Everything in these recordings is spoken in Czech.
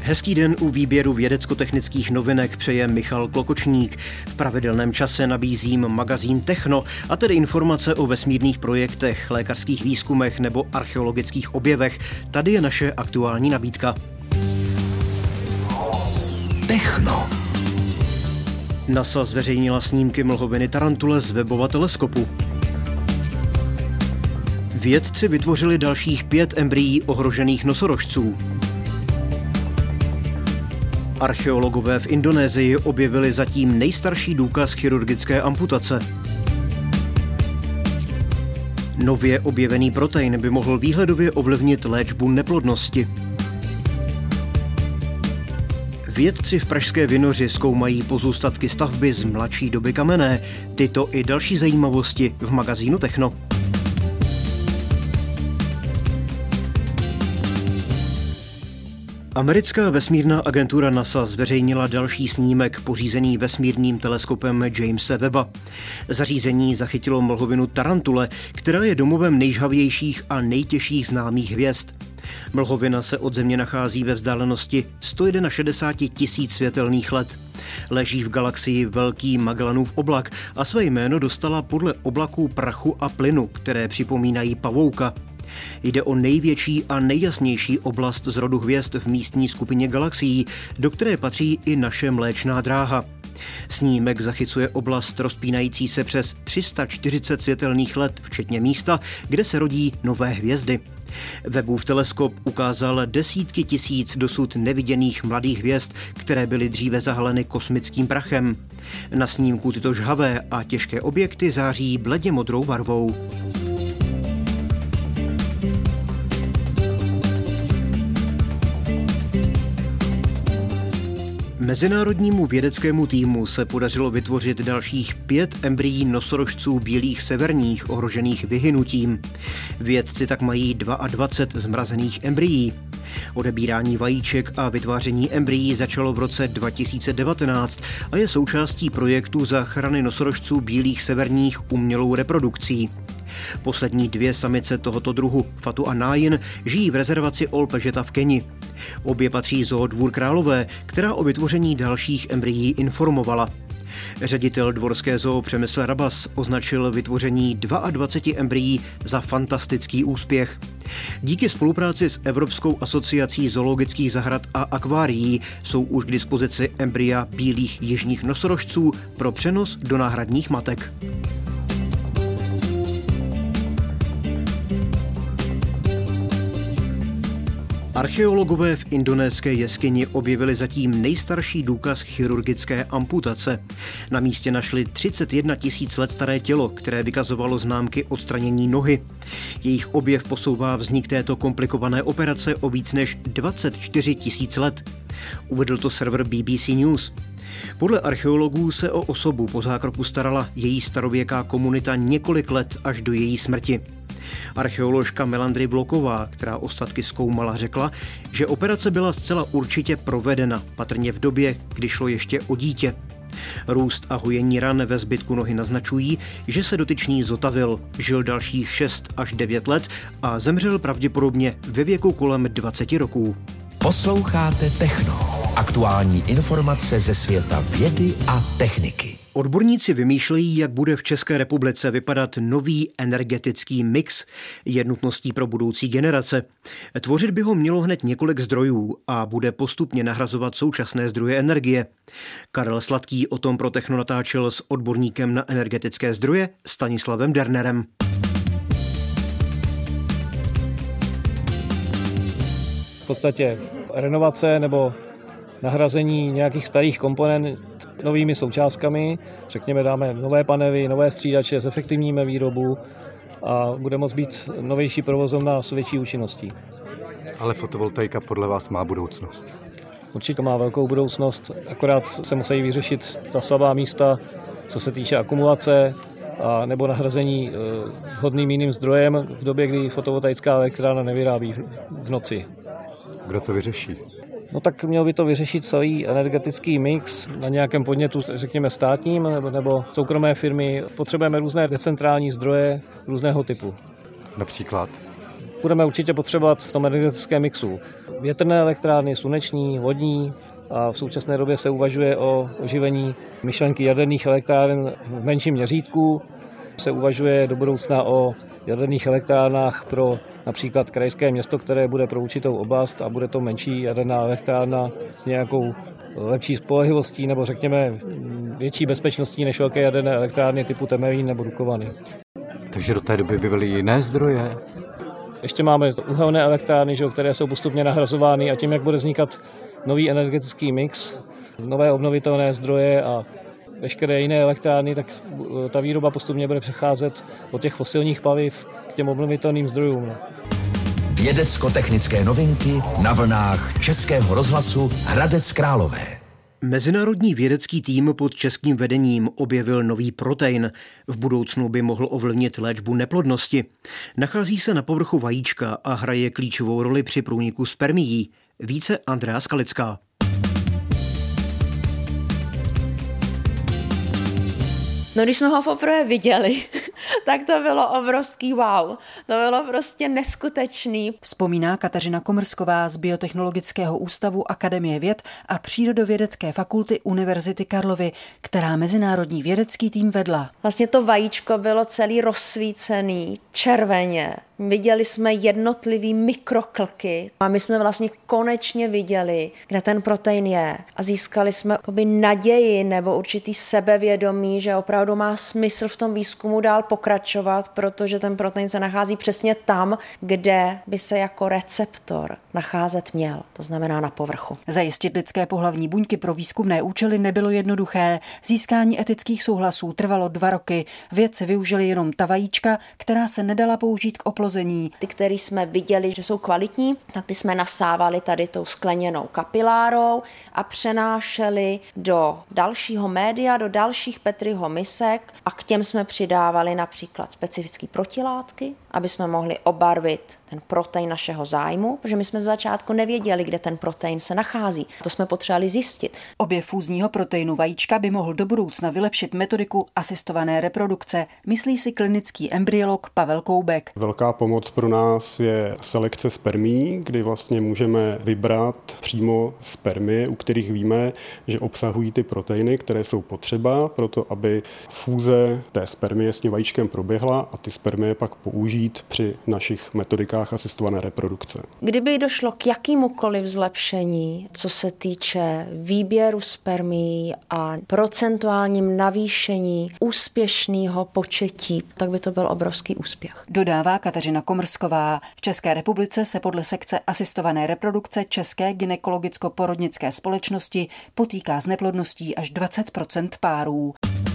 Hezký den u výběru vědecko-technických novinek přeje Michal Klokočník. V pravidelném čase nabízím magazín Techno, a tedy informace o vesmírných projektech, lékařských výzkumech nebo archeologických objevech. Tady je naše aktuální nabídka. Techno. NASA zveřejnila snímky mlhoviny Tarantule z webova teleskopu. Vědci vytvořili dalších 5 embryí ohrožených nosorožců. Archeologové v Indonésii objevili zatím nejstarší důkaz chirurgické amputace. Nově objevený protein by mohl výhledově ovlivnit léčbu neplodnosti. Vědci v pražské Vinoři zkoumají pozůstatky stavby z mladší doby kamenné. Tyto i další zajímavosti v magazínu Techno. Americká vesmírná agentura NASA zveřejnila další snímek pořízený vesmírným teleskopem Jamese Webba. Zařízení zachytilo mlhovinu Tarantule, která je domovem nejžhavějších a nejtěžších známých hvězd. Mlhovina se od Země nachází ve vzdálenosti 161 000 světelných let. Leží v galaxii Velký Magellanův oblak a své jméno dostala podle oblaků prachu a plynu, které připomínají pavouka. Jde o největší a nejjasnější oblast z rodu hvězd v místní skupině galaxií, do které patří i naše Mléčná dráha. Snímek zachycuje oblast rozpínající se přes 340 světelných let, včetně místa, kde se rodí nové hvězdy. Webbův teleskop ukázal desítky tisíc dosud neviděných mladých hvězd, které byly dříve zahaleny kosmickým prachem. Na snímku tyto žhavé a těžké objekty září bledě modrou barvou. Mezinárodnímu vědeckému týmu se podařilo vytvořit dalších 5 embryí nosorožců bílých severních ohrožených vyhynutím. Vědci tak mají 22 zmrazených embryí. Odebírání vajíček a vytváření embryí začalo v roce 2019 a je součástí projektu záchrany nosorožců bílých severních umělou reprodukcí. Poslední 2 samice tohoto druhu, Fatu a Nájin, žijí v rezervaci Ol Pejeta v Keni. Obě patří Zoo Dvůr Králové, která o vytvoření dalších embryí informovala. Ředitel dvorské zoo Přemysl Rabas označil vytvoření 22 embryí za fantastický úspěch. Díky spolupráci s Evropskou asociací zoologických zahrad a akvárií jsou už k dispozici embrya bílých jižních nosorožců pro přenos do náhradních matek. Archeologové v indonéské jeskyni objevili zatím nejstarší důkaz chirurgické amputace. Na místě našli 31 000 let staré tělo, které vykazovalo známky odstranění nohy. Jejich objev posouvá vznik této komplikované operace o víc než 24 000 let. Uvedl to server BBC News. Podle archeologů se o osobu po zákroku starala její starověká komunita několik let až do její smrti. Archeoložka Melandry Vloková, která ostatky zkoumala, řekla, že operace byla zcela určitě provedena, patrně v době, kdy šlo ještě o dítě. Růst a hojení ran ve zbytku nohy naznačují, že se dotyčný zotavil, žil dalších 6 až 9 let a zemřel pravděpodobně ve věku kolem 20 roků. Posloucháte Techno. Aktuální informace ze světa vědy a techniky. Odborníci vymýšlejí, jak bude v České republice vypadat nový energetický mix, je nutností pro budoucí generace. Tvořit by ho mělo hned několik zdrojů a bude postupně nahrazovat současné zdroje energie. Karel Sladký o tom pro Techno natáčel s odborníkem na energetické zdroje Stanislavem Dernerem. V podstatě renovace nebo nahrazení nějakých starých komponent novými součástkami, řekněme dáme nové panely, nové střídače, zefektivníme výrobu a bude moct být novější provozovna s větší účinností. Ale fotovoltaika podle vás má budoucnost? Určitě má velkou budoucnost, akorát se musí vyřešit ta slabá místa, co se týče akumulace a nebo nahrazení vhodným jiným zdrojem v době, kdy fotovoltaická elektrárna nevyrábí v noci. Kdo to vyřeší? No tak měl by to vyřešit celý energetický mix na nějakém podnětu, řekněme státním nebo soukromé firmy. Potřebujeme různé decentrální zdroje různého typu. Například? budeme určitě potřebovat v tom energetickém mixu větrné elektrárny, sluneční, vodní a v současné době se uvažuje o oživení myšlenky jaderných elektráren v menším měřítku. Se uvažuje do budoucna o jaderných elektrárnách pro například krajské město, které bude pro určitou oblast a bude to menší jaderná elektrárna s nějakou lepší spolehlivostí nebo řekněme větší bezpečností než velké jaderné elektrárny typu Temelín nebo Dukovany. Takže do té doby by byly jiné zdroje? Ještě máme uhelné elektrárny, které jsou postupně nahrazovány a tím, jak bude vznikat nový energetický mix, nové obnovitelné zdroje a veškeré jiné elektrárny, tak ta výroba postupně bude přecházet od těch fosilních paliv k těm obnovitelným zdrojům. Vědecko-technické novinky na vlnách Českého rozhlasu Hradec Králové. Mezinárodní vědecký tým pod českým vedením objevil nový protein. V budoucnu by mohl ovlivnit léčbu neplodnosti. Nachází se na povrchu vajíčka a hraje klíčovou roli při průniku spermií. Více Andrea Skalická. No, když jsme ho poprvé viděli, tak to bylo obrovský wow. To bylo prostě neskutečný. Vzpomíná Kateřina Komrsková z Biotechnologického ústavu Akademie věd a Přírodovědecké fakulty Univerzity Karlovy, která mezinárodní vědecký tým vedla. Vlastně to vajíčko bylo celý rozsvícený, červeně. Viděli jsme jednotlivý mikroklky a my jsme vlastně konečně viděli, kde ten protein je. A získali jsme naději nebo určitý sebevědomí, že opravdu má smysl v tom výzkumu dál pokračovat, protože ten protein se nachází přesně tam, kde by se jako receptor nacházet měl, to znamená na povrchu. Zajistit lidské pohlavní buňky pro výzkumné účely nebylo jednoduché. Získání etických souhlasů trvalo 2 roky. Vědci využili jenom ta vajíčka, která se nedala použít k oplození. Ty, které jsme viděli, že jsou kvalitní, tak ty jsme nasávali tady tou skleněnou kapilárou a přenášeli do dalšího média, do dalších Petriho misek a k těm jsme přidávali například specifické protilátky, aby jsme mohli obarvit ten protein našeho zájmu, protože my jsme z začátku nevěděli, kde ten protein se nachází. To jsme potřebovali zjistit. Objev fúzního proteinu vajíčka by mohl do budoucna vylepšit metodiku asistované reprodukce, myslí si klinický embryolog Pavel Koubek. Velká pomoc pro nás je selekce spermií, kdy vlastně můžeme vybrat přímo spermie, u kterých víme, že obsahují ty proteiny, které jsou potřeba pro to, aby fúze té spermie s tím vajíčkem proběhla a ty spermie pak použít při našich metodikách asistované reprodukce. Kdyby došlo k jakémukoliv zlepšení, co se týče výběru spermií a procentuálním navýšení úspěšného početí, tak by to byl obrovský úspěch. Dodává Kateřina Komrsková. V České republice se podle sekce asistované reprodukce České gynekologicko-porodnické společnosti potýká s neplodností až 20% párů.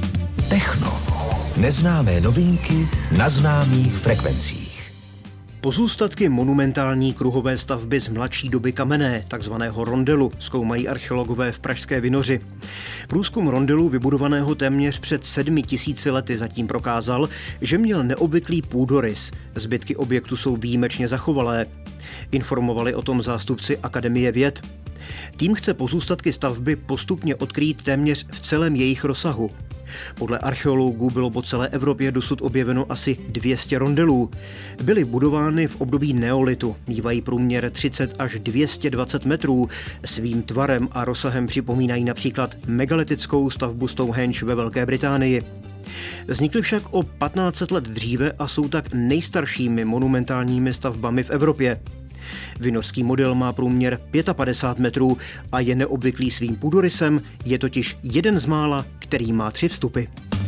Techno. Neznámé novinky na známých frekvencích. Pozůstatky monumentální kruhové stavby z mladší doby kamenné, takzvaného rondelu, zkoumají archeologové v pražské Vinoři. Průzkum rondelu, vybudovaného téměř před 7000 lety, zatím prokázal, že měl neobvyklý půdorys. Zbytky objektu jsou výjimečně zachovalé. Informovali o tom zástupci Akademie věd. Tým chce pozůstatky stavby postupně odkrýt téměř v celém jejich rozsahu. Podle archeologů bylo po celé Evropě dosud objeveno asi 200 rondelů. Byly budovány v období neolitu, mívají průměr 30 až 220 metrů. Svým tvarem a rozsahem připomínají například megalitickou stavbu Stonehenge ve Velké Británii. Vznikly však o 1500 let dříve a jsou tak nejstaršími monumentálními stavbami v Evropě. Vinořský model má průměr 55 metrů a je neobvyklý svým půdorysem, je totiž jeden z mála, který má 3 vstupy.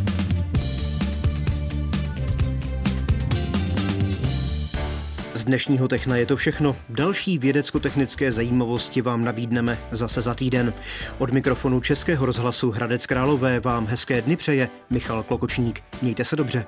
Z dnešního Techna je to všechno. Další vědecko-technické zajímavosti vám nabídneme zase za týden. Od mikrofonu Českého rozhlasu Hradec Králové vám hezké dny přeje Michal Klokočník. Mějte se dobře.